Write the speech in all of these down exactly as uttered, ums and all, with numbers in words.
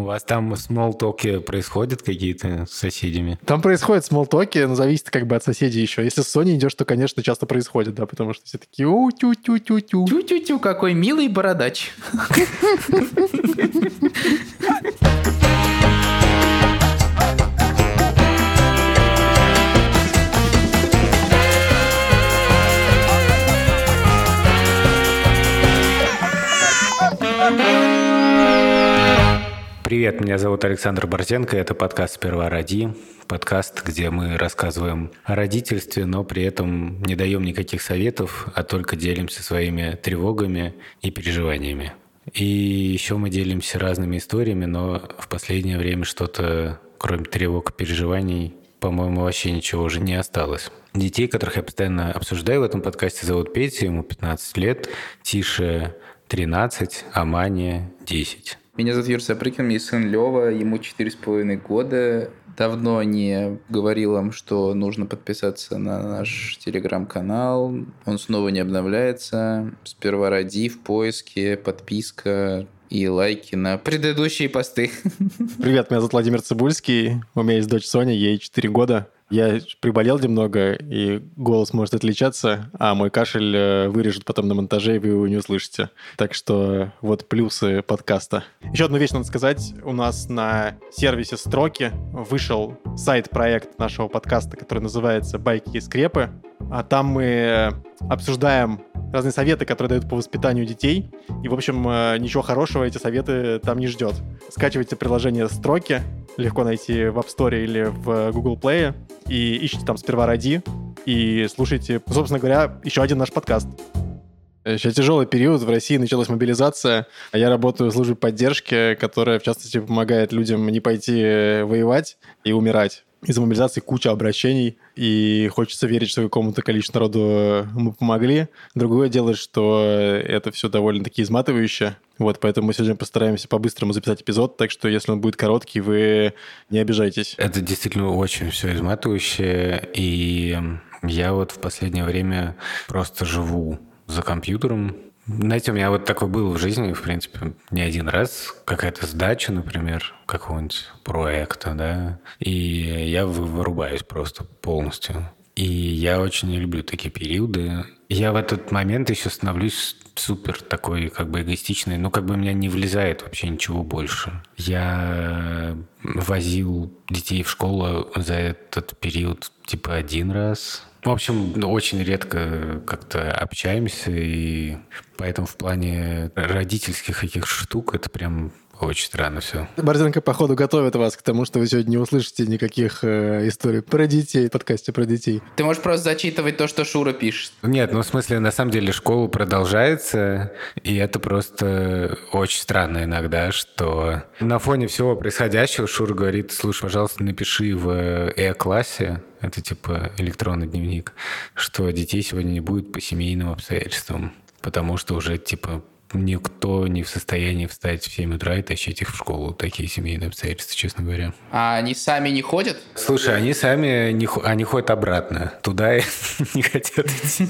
вас там смолтоки происходят какие-то с соседями? Там происходят смолтоки, но зависит как бы от соседей еще. Если с Соней идешь, то, конечно, часто происходит, да, потому что все такие у-тю-тю-тю-тю. Тю-тю-тю, какой милый бородач. Привет, меня зовут Александр Борзенко, это подкаст «Сперва роди», подкаст, где мы рассказываем о родительстве, но при этом не даем никаких советов, а только делимся своими тревогами и переживаниями. И еще мы делимся разными историями, но в последнее время что-то, кроме тревог и переживаний, по-моему, вообще ничего уже не осталось. Детей, которых я постоянно обсуждаю в этом подкасте, зовут Петя, ему пятнадцать лет, Тише тринадцать, а Мане десять. Меня зовут Юр Сапрыкин, мне сын Лёва, ему четыре с половиной года. Давно не говорил вам, что нужно подписаться на наш телеграм-канал. Он снова не обновляется. Сперва роди в поиске, подписка и лайки на предыдущие посты. Привет, меня зовут Владимир Цибульский. У меня есть дочь Соня, ей четыре года. Я приболел немного, и голос может отличаться, а мой кашель вырежут потом на монтаже, и вы его не услышите. Так что вот плюсы подкаста. Еще одну вещь надо сказать. У нас на сервисе Строки вышел сайт-проект нашего подкаста, который называется «Байки и скрепы». А там мы обсуждаем разные советы, которые дают по воспитанию детей. И, в общем, ничего хорошего эти советы там не ждет. Скачивайте приложение «Строки». Легко найти в App Store или в Google Play. И ищите там «Сперва роди». И слушайте, собственно говоря, еще один наш подкаст. Сейчас тяжелый период, в России началась мобилизация. Я работаю в службе поддержки, которая, в частности, помогает людям не пойти воевать и умирать. Из-за мобилизации куча обращений, и хочется верить, что какому-то количеству народу мы помогли. Другое дело, что это все довольно-таки изматывающе. Вот, поэтому мы сегодня постараемся по-быстрому записать эпизод, так что если он будет короткий, вы не обижайтесь. Это действительно очень все изматывающе, и я вот в последнее время просто живу за компьютером. Знаете, у меня вот такое было в жизни, в принципе, не один раз. Какая-то сдача, например, какого-нибудь проекта, да, и я вырубаюсь просто полностью. И я очень не люблю такие периоды. Я в этот момент еще становлюсь супер такой как бы эгоистичный, но как бы у меня не влезает вообще ничего больше. Я возил детей в школу за этот период типа один раз. В общем, очень редко как-то общаемся, и поэтому в плане родительских каких штук это прям очень странно все. Борзенко, походу, готовит вас к тому, что вы сегодня не услышите никаких э, историй про детей, в подкасте про детей. Ты можешь просто зачитывать то, что Шура пишет. Нет, ну в смысле, на самом деле школа продолжается, и это просто очень странно иногда, что на фоне всего происходящего Шура говорит: слушай, пожалуйста, напиши в э-классе, это типа электронный дневник, что детей сегодня не будет по семейным обстоятельствам, потому что уже типа никто не в состоянии встать в семь утра и тащить их в школу. Такие семейные обстоятельства, честно говоря. А они сами не ходят? Слушай, они сами не, они ходят обратно. Туда и не хотят идти.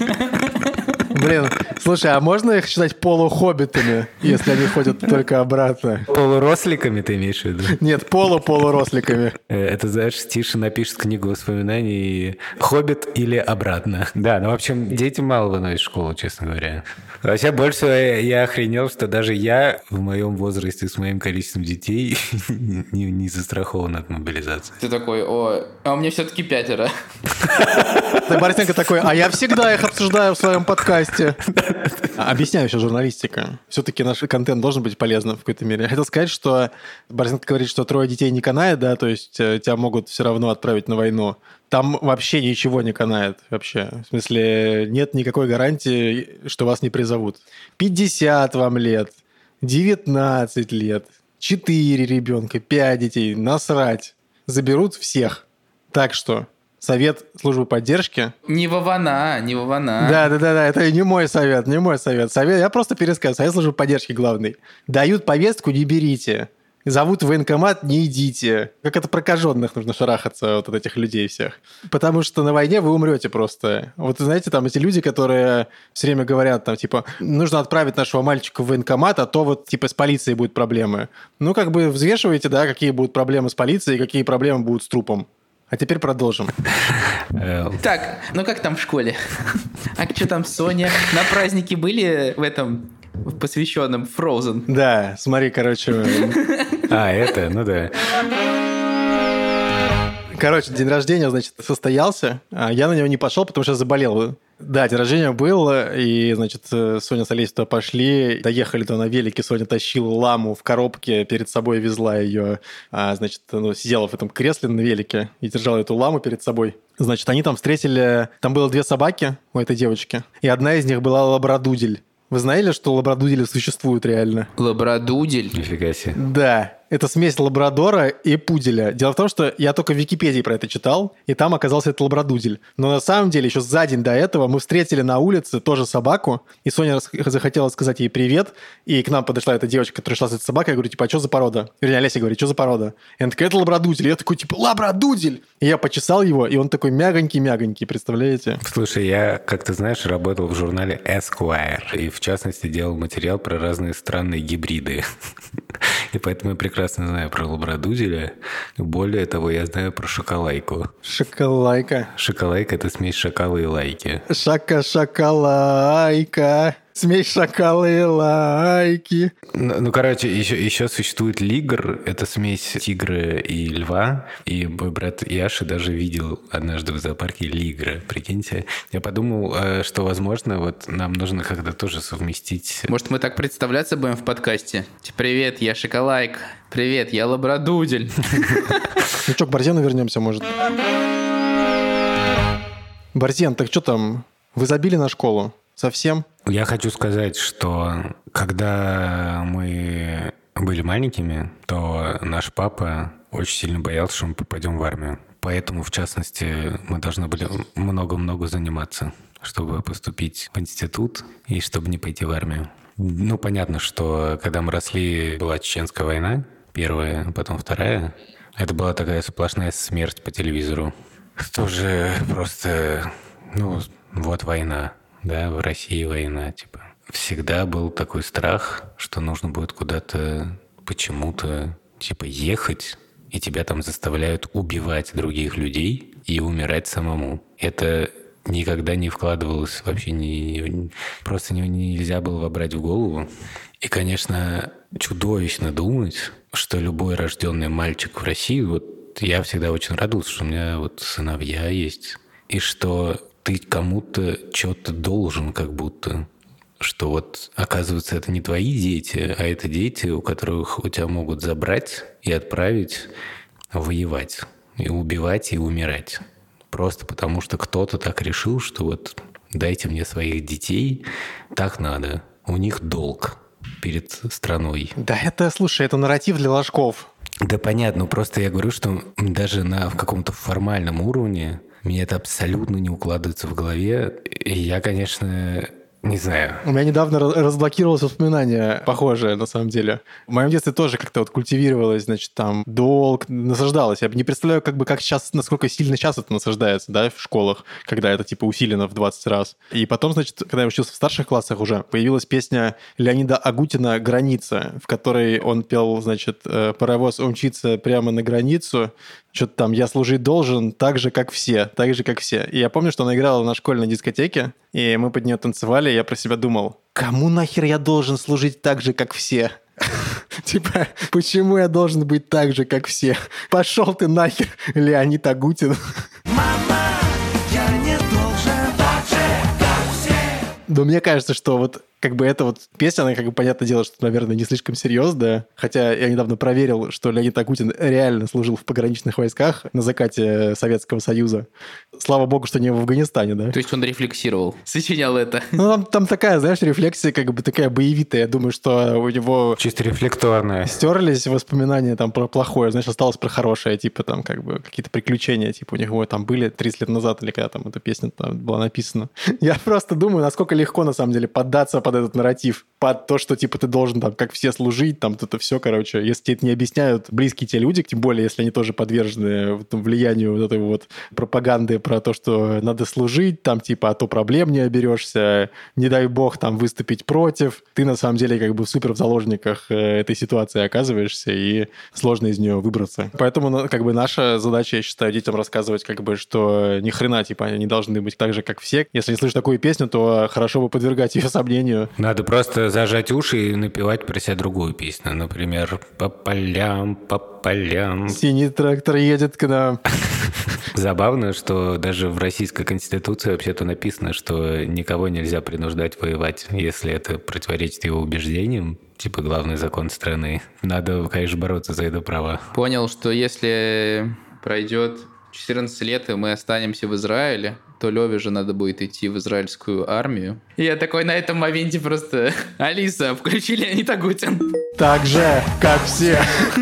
Блин, слушай, а можно их считать полухоббитами, если они ходят только обратно? Полуросликами ты имеешь в виду? Нет, полу-полуросликами. Это, знаешь, Тиша напишет книгу воспоминаний «Хоббит» или «Обратно». Да, ну, в общем, дети мало выносят в школу, честно говоря. Вообще, больше всего я охренел, что даже я в моем возрасте с моим количеством детей не, не застрахован от мобилизации. Ты такой: о, а у меня все-таки пятеро. Ты, Борисенко, такой: а я всегда их обсуждаю в своем подкасте. Объясняю еще журналистика. Все-таки наш контент должен быть полезным в какой-то мере. Я хотел сказать, что Борисенко говорит, что трое детей не канает, да, то есть тебя могут все равно отправить на войну. Там вообще ничего не канает вообще. В смысле, нет никакой гарантии, что вас не призовут. пятьдесят вам лет, девятнадцать лет, четыре ребенка, пять детей. Насрать. Заберут всех. Так что совет службы поддержки. Не вована, не вована. Да, да, да, да, это не мой совет, не мой совет. Совет, я просто пересказываю. Совет службы поддержки главный. Дают повестку, не берите. зовут в военкомат, не идите. Как это прокаженных нужно шарахаться вот от этих людей всех. Потому что на войне вы умрете просто. Вот знаете, там эти люди, которые все время говорят, там, типа, нужно отправить нашего мальчика в военкомат, а то вот, типа, с полицией будут проблемы. Ну, как бы взвешивайте, да, какие будут проблемы с полицией, какие проблемы будут с трупом. А теперь продолжим. Так, ну как там в школе? А что там Соня? На празднике были в этом посвященном Frozen? Да, смотри, короче. А, это, ну да. Короче, день рождения, значит, состоялся. А я на него не пошел, потому что заболел. Да, день рождения был, и, значит, Соня с Олесей туда пошли, доехали туда на велике, Соня тащила ламу в коробке, перед собой везла ее, а, значит, ну, сидела в этом кресле на велике и держала эту ламу перед собой. Значит, они там встретили... Там было две собаки у этой девочки, и одна из них была лабрадудель. Вы знали, что лабрадудели существуют реально? Лабрадудель? Нифига себе. Да. Это смесь лабрадора и пуделя. Дело в том, что я только в Википедии про это читал, и там оказался этот лабрадудель. Но на самом деле еще за день до этого мы встретили на улице тоже собаку, и Соня захотела сказать ей привет, и к нам подошла эта девочка, которая шла с этой собакой, я говорю, типа, а что за порода? Вернее, Олеся говорит, что за порода? И она такая, это лабрадудель. И я такой, типа, лабрадудель! И я почесал его, и он такой мягонький-мягонький, представляете? Слушай, я, как ты знаешь, работал в журнале Esquire, и в частности делал материал про разные странные гибриды. И поэтому я прекрасно знаю про лабрадуделя. Более того, я знаю про шоколайку. Шоколайка. Шоколайка – это смесь шакала и лайки. Шака-шоколайка. Смесь шакала и лайки. Ну, ну, короче, еще, еще существует лигр. Это смесь тигра и льва. И мой брат Яша даже видел однажды в зоопарке лигра. Прикиньте. Я подумал, что, возможно, вот нам нужно как-то тоже совместить... Может, мы так представляться будем в подкасте? Привет, я Шоколайк. Привет, я Лабрадудель. Ну что, к Борзену вернемся, может? Борзен, так что там? Вы забили на школу? Совсем? Я хочу сказать, что когда мы были маленькими, то наш папа очень сильно боялся, что мы попадем в армию. Поэтому, в частности, мы должны были много-много заниматься, чтобы поступить в институт и чтобы не пойти в армию. Ну, понятно, что когда мы росли, была Чеченская война, первая, потом вторая. Это была такая сплошная смерть по телевизору. Тоже просто, ну, вот война. Да, в России война, типа. Всегда был такой страх, что нужно будет куда-то почему-то, типа, ехать, и тебя там заставляют убивать других людей и умирать самому. Это никогда не вкладывалось вообще, не, просто не, нельзя было вобрать в голову. И, конечно, чудовищно думать, что любой рожденный мальчик в России, вот я всегда очень радовался, что у меня вот сыновья есть, и что... ты кому-то что-то должен, как будто, что вот, оказывается, это не твои дети, а это дети, у которых у тебя могут забрать и отправить воевать, и убивать, и умирать. Просто потому, что кто-то так решил, что вот дайте мне своих детей, так надо, у них долг перед страной. Да это, слушай, это нарратив для ложков. Да понятно, просто я говорю, что даже на в каком-то формальном уровне мне это абсолютно не укладывается в голове. И я, конечно, не знаю. У меня недавно разблокировалось воспоминание похожее, на самом деле. В моем детстве тоже как-то вот культивировалось, значит, там, долг, насаждалось. Я не представляю, как бы, как сейчас, насколько сильно сейчас это насаждается, да, в школах, когда это, типа, усилено в двадцать раз. И потом, значит, когда я учился в старших классах уже, появилась песня Леонида Агутина «Граница», в которой он пел, значит, «Паровоз умчится прямо на границу», что-то там «Я служить должен так же, как все», так же, как все. И я помню, что она играла на школьной дискотеке, и мы под нее танцевали, и я про себя думал, кому нахер я должен служить так же, как все? Типа, почему я должен быть так же, как все? Пошел ты нахер, Леонид Агутин. Мама, я не должен так же, как все. Но мне кажется, что вот как бы эта вот песня, она, как бы, понятное дело, что, наверное, не слишком серьезная. Хотя я недавно проверил, что Леонид Агутин реально служил в пограничных войсках на закате Советского Союза. Слава богу, что не в Афганистане, да? То есть он рефлексировал, сочинял это. Ну, там, там такая, знаешь, рефлексия как бы такая боевитая. Я думаю, что у него... Чисто рефлекторная. Стерлись воспоминания там про плохое, знаешь, осталось про хорошее, типа там как бы какие-то приключения, типа у него там были тридцать лет назад или когда там эта песня там была написана. Я просто думаю, насколько легко на самом деле поддаться под этот нарратив, под то, что, типа, ты должен, там, как все служить, там, это все, короче. Если тебе это не объясняют близкие тебе люди, тем более, если они тоже подвержены там, влиянию вот этой вот пропаганды про то, что надо служить, там, типа, а то проблем не оберешься, не дай бог, там, выступить против, ты, на самом деле, как бы супер в заложниках этой ситуации оказываешься, и сложно из нее выбраться. Поэтому, как бы, наша задача, я считаю, детям рассказывать, как бы, что ни хрена, типа, они не должны быть так же, как все. Если не слышишь такую песню, то хорошо бы подвергать ее сомнению. Надо просто зажать уши и напевать про себя другую песню. Например, «По полям, по полям». Синий трактор едет к нам. Забавно, что даже в Российской Конституции вообще-то написано, что никого нельзя принуждать воевать, если это противоречит его убеждениям. Типа главный закон страны. Надо, конечно, бороться за это право. Понял, что если пройдет четырнадцать лет, и мы останемся в Израиле, то Леве же надо будет идти в израильскую армию. И я такой на этом моменте просто... Алиса, включи Леонид Агутин. Так же, как все.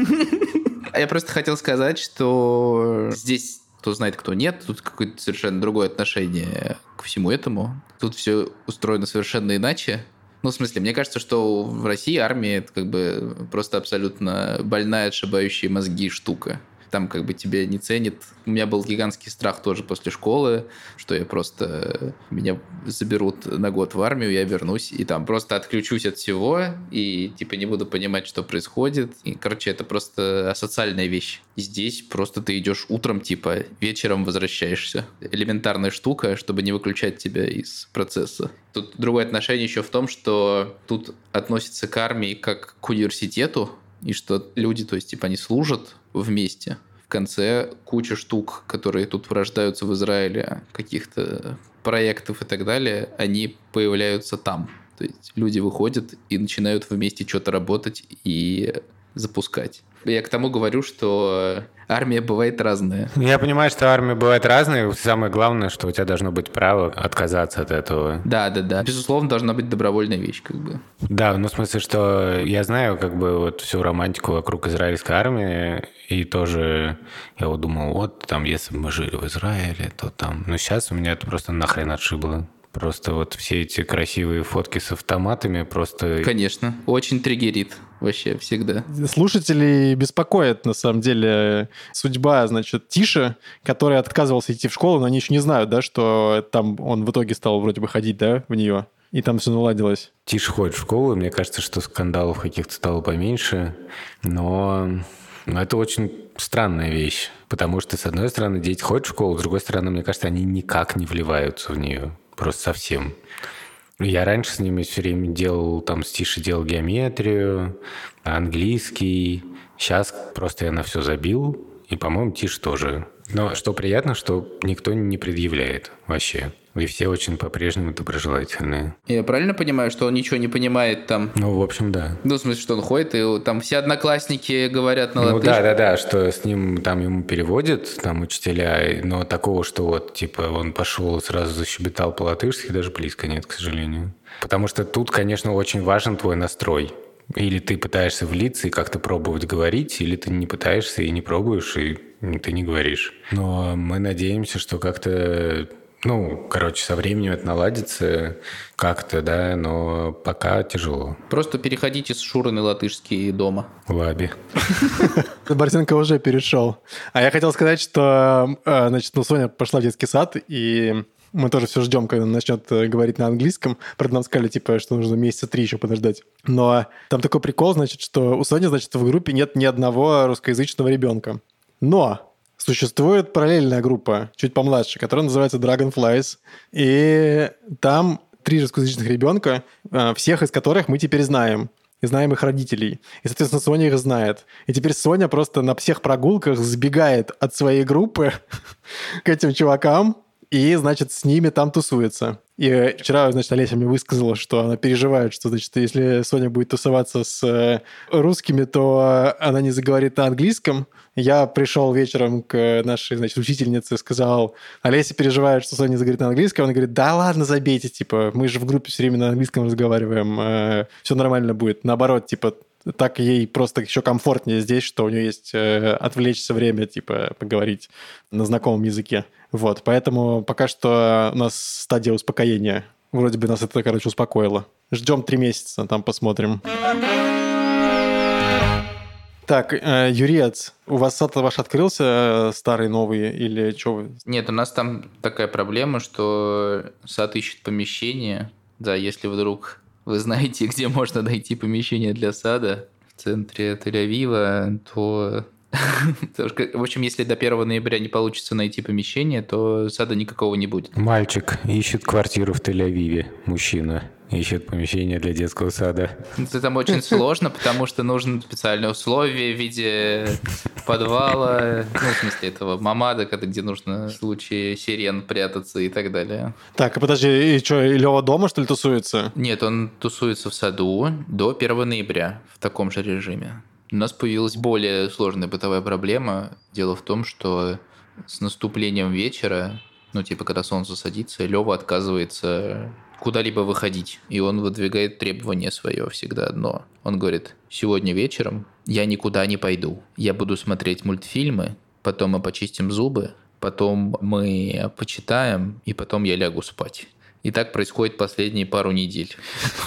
Я просто хотел сказать, что здесь кто знает, кто нет, тут какое-то совершенно другое отношение к всему этому. Тут все устроено совершенно иначе. Ну, в смысле, мне кажется, что в России армия — это как бы просто абсолютно больная, отшибающая мозги штука. Там как бы тебя не ценят. У меня был гигантский страх тоже после школы, что я просто... Меня заберут на год в армию, я вернусь, и там просто отключусь от всего, и типа не буду понимать, что происходит. И, короче, это просто асоциальная вещь. И здесь просто ты идешь утром, типа, вечером возвращаешься. Элементарная штука, чтобы не выключать тебя из процесса. Тут другое отношение еще в том, что тут относятся к армии как к университету, и что люди, то есть, типа, они служат вместе. В конце куча штук, которые тут рождаются в Израиле, каких-то проектов и так далее, они появляются там. То есть люди выходят и начинают вместе что-то работать и запускать. Я к тому говорю, что армия бывает разная. Я понимаю, что армия бывает разная. Самое главное, что у тебя должно быть право отказаться от этого. Да, да, да. Безусловно, должна быть добровольная вещь, как бы. Да, ну в смысле, что я знаю как бы вот всю романтику вокруг израильской армии, и тоже я вот думал, вот там, если бы мы жили в Израиле, то там... Но сейчас у меня это просто нахрен отшибло. Просто вот все эти красивые фотки с автоматами просто... Конечно. Очень триггерит вообще всегда. Слушателей беспокоит, на самом деле, судьба, значит, Тиша, который отказывался идти в школу, но они еще не знают, да, что там он в итоге стал вроде бы ходить, да, в нее, и там все наладилось. Тиша ходит в школу, мне кажется, что скандалов каких-то стало поменьше, но... Но это очень странная вещь, потому что, с одной стороны, дети ходят в школу, с другой стороны, мне кажется, они никак не вливаются в нее. Просто совсем. Я раньше с ними все время делал, там, с Тишей делал геометрию, английский. Сейчас просто я на все забил, и, по-моему, Тиш тоже. Но что приятно, что никто не предъявляет вообще. И все очень по-прежнему доброжелательные. Я правильно понимаю, что он ничего не понимает там? Ну, в общем, да. Ну, в смысле, что он ходит, и там все одноклассники говорят на ну, латышском. Ну, да-да-да, что с ним там ему переводят, там, учителя, но такого, что вот, типа, он пошел и сразу защебетал по-латышски, даже близко нет, к сожалению. Потому что тут, конечно, очень важен твой настрой. Или ты пытаешься влиться и как-то пробовать говорить, или ты не пытаешься и не пробуешь, и ты не говоришь. Но мы надеемся, что как-то... Ну, короче, со временем это наладится как-то, да, но пока тяжело. Просто переходите с Шуры на латышский дома. Лаби. Борзенко уже перешел. А я хотел сказать, что, значит, ну, Соня пошла в детский сад, и мы тоже все ждем, когда она начнет говорить на английском. Правда, нам сказали, типа, что нужно месяца три еще подождать. Но там такой прикол, значит, что у Сони, значит, в группе нет ни одного русскоязычного ребенка. Но... Существует параллельная группа, чуть помладше, которая называется Dragonflies. И там три русскоязычных ребенка, всех из которых мы теперь знаем. И знаем их родителей. И, соответственно, Соня их знает. И теперь Соня просто на всех прогулках сбегает от своей группы к этим чувакам и, значит, с ними там тусуется. И вчера, значит, Олеся мне высказала, что она переживает, что, значит, если Соня будет тусоваться с русскими, то она не заговорит на английском. Я пришел вечером к нашей, значит, учительнице и сказал, Олеся переживает, что Соня не заговорит на английском. Она говорит, да ладно, забейте, типа, мы же в группе все время на английском разговариваем, все нормально будет. Наоборот, типа, так ей просто еще комфортнее здесь, что у нее есть э, отвлечься время, типа, поговорить на знакомом языке. Вот, поэтому пока что у нас стадия успокоения. Вроде бы нас это, короче, успокоило. Ждем три месяца, там посмотрим. Так, э, Юрец, у вас сад ваш открылся, старый, новый, или что вы? Нет, у нас там такая проблема, что сад ищет помещение. Да, если вдруг вы знаете, где можно найти помещение для сада в центре Тель-Авива, то... В общем, если до первого ноября не получится найти помещение, то сада никакого не будет. Мальчик ищет квартиру в Тель-Авиве, мужчина ищет помещение для детского сада. Это там очень сложно, потому что нужны специальные условия в виде подвала, ну, в смысле этого мамада, где нужно в случае сирен прятаться и так далее. Так, а подожди, и что, Лёва дома, что ли, тусуется? Нет, он тусуется в саду до первого ноября в таком же режиме. У нас появилась более сложная бытовая проблема. Дело в том, что с наступлением вечера, ну, типа, когда солнце садится, Лёва отказывается куда-либо выходить. И он выдвигает требование свое всегда одно. Он говорит: сегодня вечером я никуда не пойду. Я буду смотреть мультфильмы, потом мы почистим зубы, потом мы почитаем, и потом я лягу спать. И так происходит последние пару недель.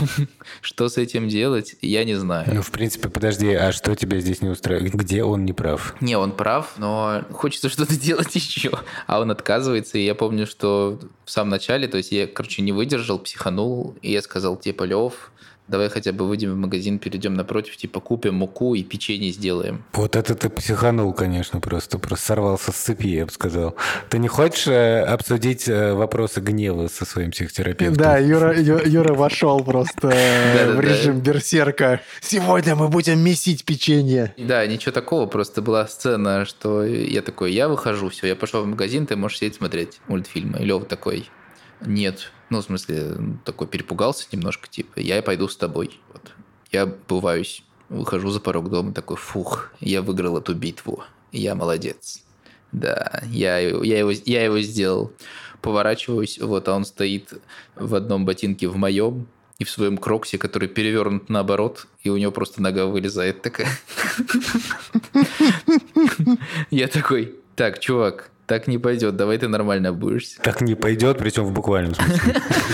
Что с этим делать, я не знаю. Ну, в принципе, подожди, а что тебя здесь не устраивает? Где он не прав? Не, он прав, но хочется что-то делать еще. А он отказывается, и я помню, что в самом начале, то есть я, короче, не выдержал, психанул, и я сказал, типа, Лев, давай хотя бы выйдем в магазин, перейдем напротив, типа, купим муку и печенье сделаем. Вот это ты психанул, конечно, просто. Просто сорвался с цепи, я бы сказал. Ты не хочешь э, обсудить э, вопросы гнева со своим психотерапевтом? Да, Юра, Ю, Юра вошел просто в режим берсерка. Сегодня мы будем месить печенье. Да, ничего такого, просто была сцена, что я такой, я выхожу, все, я пошел в магазин, ты можешь сидеть смотреть мультфильмы. И Лёва такой, нет. Ну, в смысле, такой перепугался немножко, типа, я пойду с тобой. Вот. Я бываюсь, выхожу за порог дома, такой, фух, я выиграл эту битву, я молодец. Да, я, я, его, я его сделал. Поворачиваюсь, вот, а он стоит в одном ботинке в моем и в своем кроксе, который перевернут наоборот, и у него просто нога вылезает такая. Я такой, так, чувак, так не пойдет, давай ты нормально будешь. Так не пойдет, причем в буквальном смысле.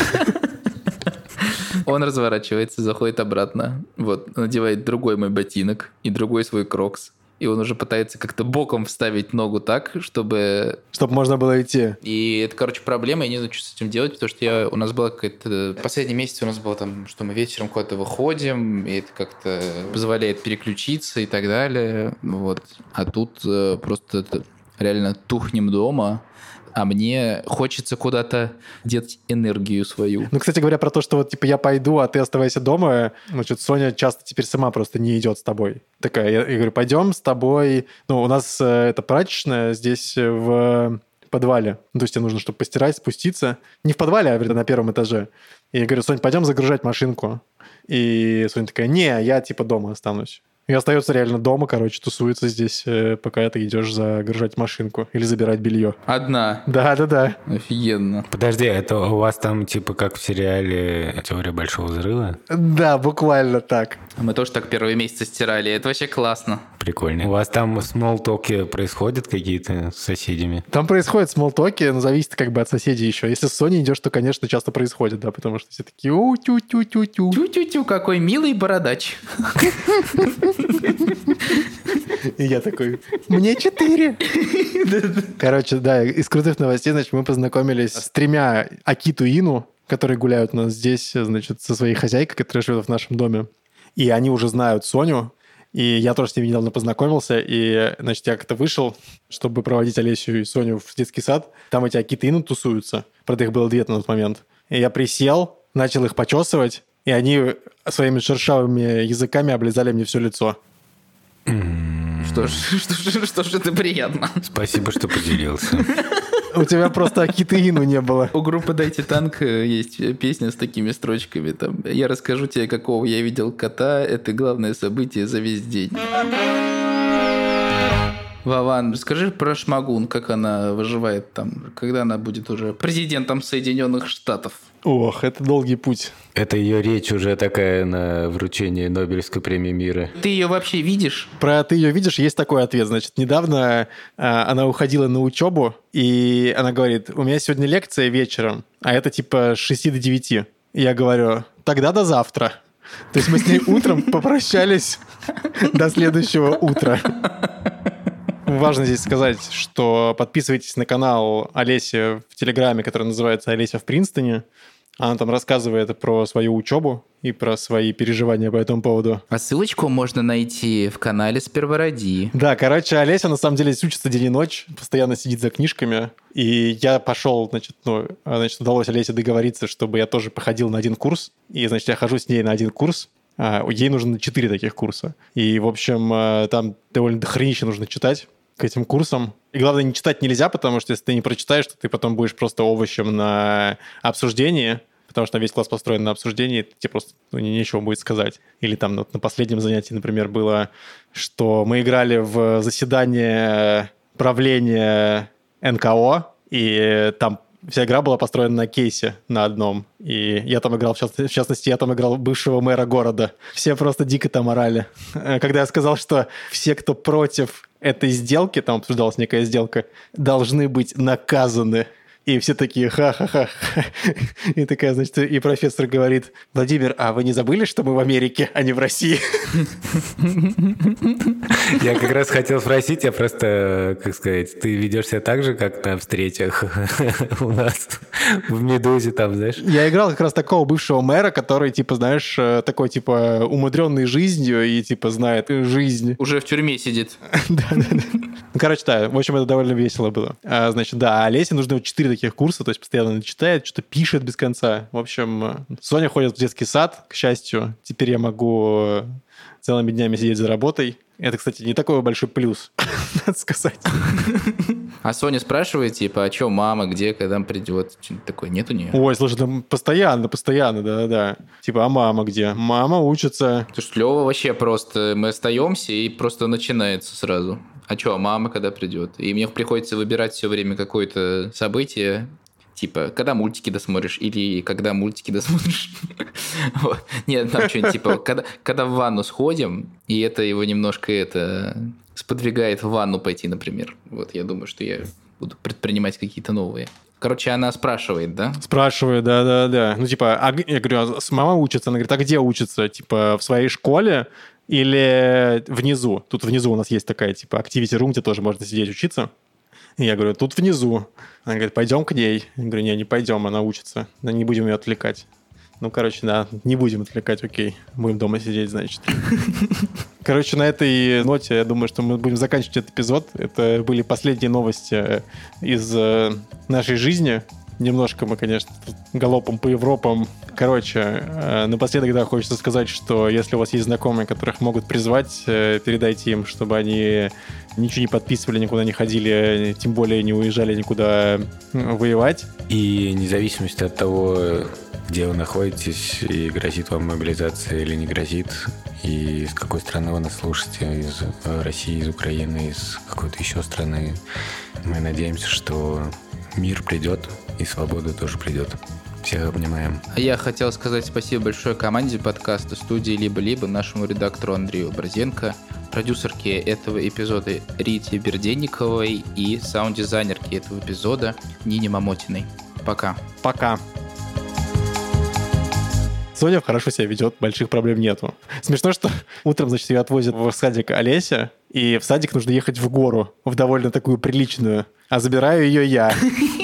Он разворачивается, заходит обратно, вот, надевает другой мой ботинок и другой свой крокс. И он уже пытается как-то боком вставить ногу так, чтобы... Чтобы можно было идти. И это, короче, проблема, я не знаю, что с этим делать, потому что я... у нас была какая-то... Последний месяц у нас было там, что мы вечером куда-то выходим, и это как-то позволяет переключиться и так далее. Вот. А тут э, просто это, реально тухнем дома, а мне хочется куда-то деть энергию свою. Ну, кстати говоря, про то, что вот, типа, я пойду, а ты оставайся дома, значит, Соня часто теперь сама просто не идет с тобой. Такая, я, я говорю, пойдем с тобой. Ну, у нас э, это прачечная здесь в подвале. Ну, то есть тебе нужно, чтобы постирать, спуститься. Не в подвале, а на первом этаже. И я говорю, Сонь, пойдем загружать машинку. И Соня такая, не, я, типа, дома останусь. И остается реально дома, короче, тусуется здесь, пока ты идешь загружать машинку или забирать белье. Одна? Да-да-да. Офигенно. Подожди, это у вас там типа как в сериале «Теория большого взрыва»? Да, буквально так. Мы тоже так первые месяцы стирали, это вообще классно. Прикольно. У вас там смолтоки происходят какие-то с соседями? Там происходят смолтоки, но зависит как бы от соседей еще. Если с Соней идешь, то, конечно, часто происходит, да, потому что все такие у-тю-тю-тю-тю. Тю-тю-тю, какой милый бородач. И я такой, мне четыре. Короче, да, из крутых новостей, значит, мы познакомились с тремя Акиту Ину, которые гуляют у нас здесь, значит, со своей хозяйкой, которая живет в нашем доме. И они уже знают Соню. И я тоже с ними недавно познакомился. И, значит, я как-то вышел, чтобы проводить Олесю и Соню в детский сад. Там эти Акиты Ину тусуются. Правда, их было две на тот момент. И я присел, начал их почесывать. И они своими шершавыми языками облизали мне все лицо. Что ж, что ж, что ж, это приятно. Спасибо, что поделился. У тебя просто Акиты Ину не было. У группы «Дайте танк» есть песня с такими строчками. Там, я расскажу тебе, какого я видел кота. Это главное событие за весь день. Вован, скажи про Шмагун, как она выживает там, когда она будет уже президентом Соединенных Штатов. Ох, это долгий путь. Это ее речь уже такая на вручении Нобелевской премии мира. Ты ее вообще видишь? Про «ты ее видишь» есть такой ответ. Значит, недавно а, она уходила на учебу, и она говорит, у меня сегодня лекция вечером, а это типа с шести до девяти. И я говорю, тогда до завтра. То есть мы с ней утром попрощались до следующего утра. Важно здесь сказать, что подписывайтесь на канал Олеси в Телеграме, который называется «Олеся в Принстоне». Она там рассказывает про свою учебу и про свои переживания по этому поводу. А ссылочку можно найти в канале «Спервороди». Да, короче, Олеся на самом деле учится день и ночь, постоянно сидит за книжками. И я пошел, значит, ну, значит, удалось Олесе договориться, чтобы я тоже походил на один курс. И, значит, я хожу с ней на один курс. А ей нужно четыре таких курса. И, в общем, там довольно дохренище нужно читать к этим курсам. И главное, не читать нельзя, потому что если ты не прочитаешь, то ты потом будешь просто овощем на обсуждении, потому что весь класс построен на обсуждении, тебе просто ну, нечего будет сказать. Или там вот, на последнем занятии, например, было, что мы играли в заседание правления эн ка о, и там вся игра была построена на кейсе на одном. И я там играл, в частности, я там играл бывшего мэра города. Все просто дико там орали. Когда я сказал, что все, кто против этой сделки, там обсуждалась некая сделка, должны быть наказаны. И все такие ха-ха-ха. И такая, значит, и профессор говорит: Владимир, а вы не забыли, что мы в Америке, а не в России? Я как раз хотел спросить, я просто, как сказать, ты ведешь себя так же, как на встречах у нас в «Медузе» там, знаешь? Я играл как раз такого бывшего мэра, который, типа, знаешь, такой, типа, умудренный жизнью и, типа, знает жизнь. Уже в тюрьме сидит. Да-да-да. Ну, короче, да, в общем, это довольно весело было. А, значит, да, Олесе нужно четыре таких курса, то есть постоянно читает, что-то пишет без конца. В общем, Соня ходит в детский сад, к счастью. Теперь я могу целыми днями сидеть за работой. Это, кстати, не такой большой плюс, надо сказать. А Соня спрашивает, типа, а что мама, где, когда придет? Что-нибудь такое нет у нее? Ой, слушай, там постоянно, постоянно, да-да-да. Типа, а мама где? Мама учится. Потому что Лёва вообще просто... Мы остаемся, и просто начинается сразу. А что, а мама когда придет? И мне приходится выбирать все время какое-то событие, типа, когда мультики досмотришь, или когда мультики досмотришь. Нет, там что-нибудь типа, когда в ванну сходим, и это его немножко это сподвигает в ванну пойти, например. Вот, я думаю, что я буду предпринимать какие-то новые. Короче, она спрашивает, да? Спрашивает, да-да-да. Ну, типа, а, я говорю, а мама учится? Она говорит, а где учится? Типа, в своей школе или внизу? Тут внизу у нас есть такая, типа, activity room, где тоже можно сидеть учиться. И я говорю, тут внизу. Она говорит, пойдем к ней. Я говорю, не, не пойдем, она учится. Да не будем ее отвлекать. Ну, короче, да, не будем отвлекать, окей. Будем дома сидеть, значит. Короче, на этой ноте, я думаю, что мы будем заканчивать этот эпизод. Это были последние новости из нашей жизни. Немножко мы, конечно, галопом по Европам. Короче, напоследок, да, хочется сказать, что если у вас есть знакомые, которых могут призвать, передайте им, чтобы они ничего не подписывали, никуда не ходили, тем более не уезжали никуда воевать. И вне зависимости от того, где вы находитесь, и грозит вам мобилизация или не грозит, и с какой страны вы нас слушаете, из России, из Украины, из какой-то еще страны, мы надеемся, что мир придет, и свобода тоже придет. Всех обнимаем. А я хотел сказать спасибо большое команде подкаста студии «Либо-либо», нашему редактору Андрею Борзенко, продюсерке этого эпизода Рите Берденниковой и саунд-дизайнерке этого эпизода Нине Мамотиной. Пока. Пока. Соня хорошо себя ведет, больших проблем нету. Смешно, что утром, значит, ее отвозят в садик Олеся, и в садик нужно ехать в гору, в довольно такую приличную, а забираю ее я.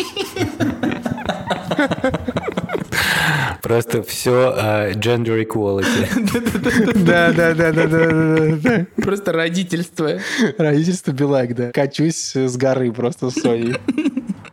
Просто все uh, gender equality. Да-да-да-да-да. Просто родительство. Родительство Билайк, да. Качусь с горы просто с Соней.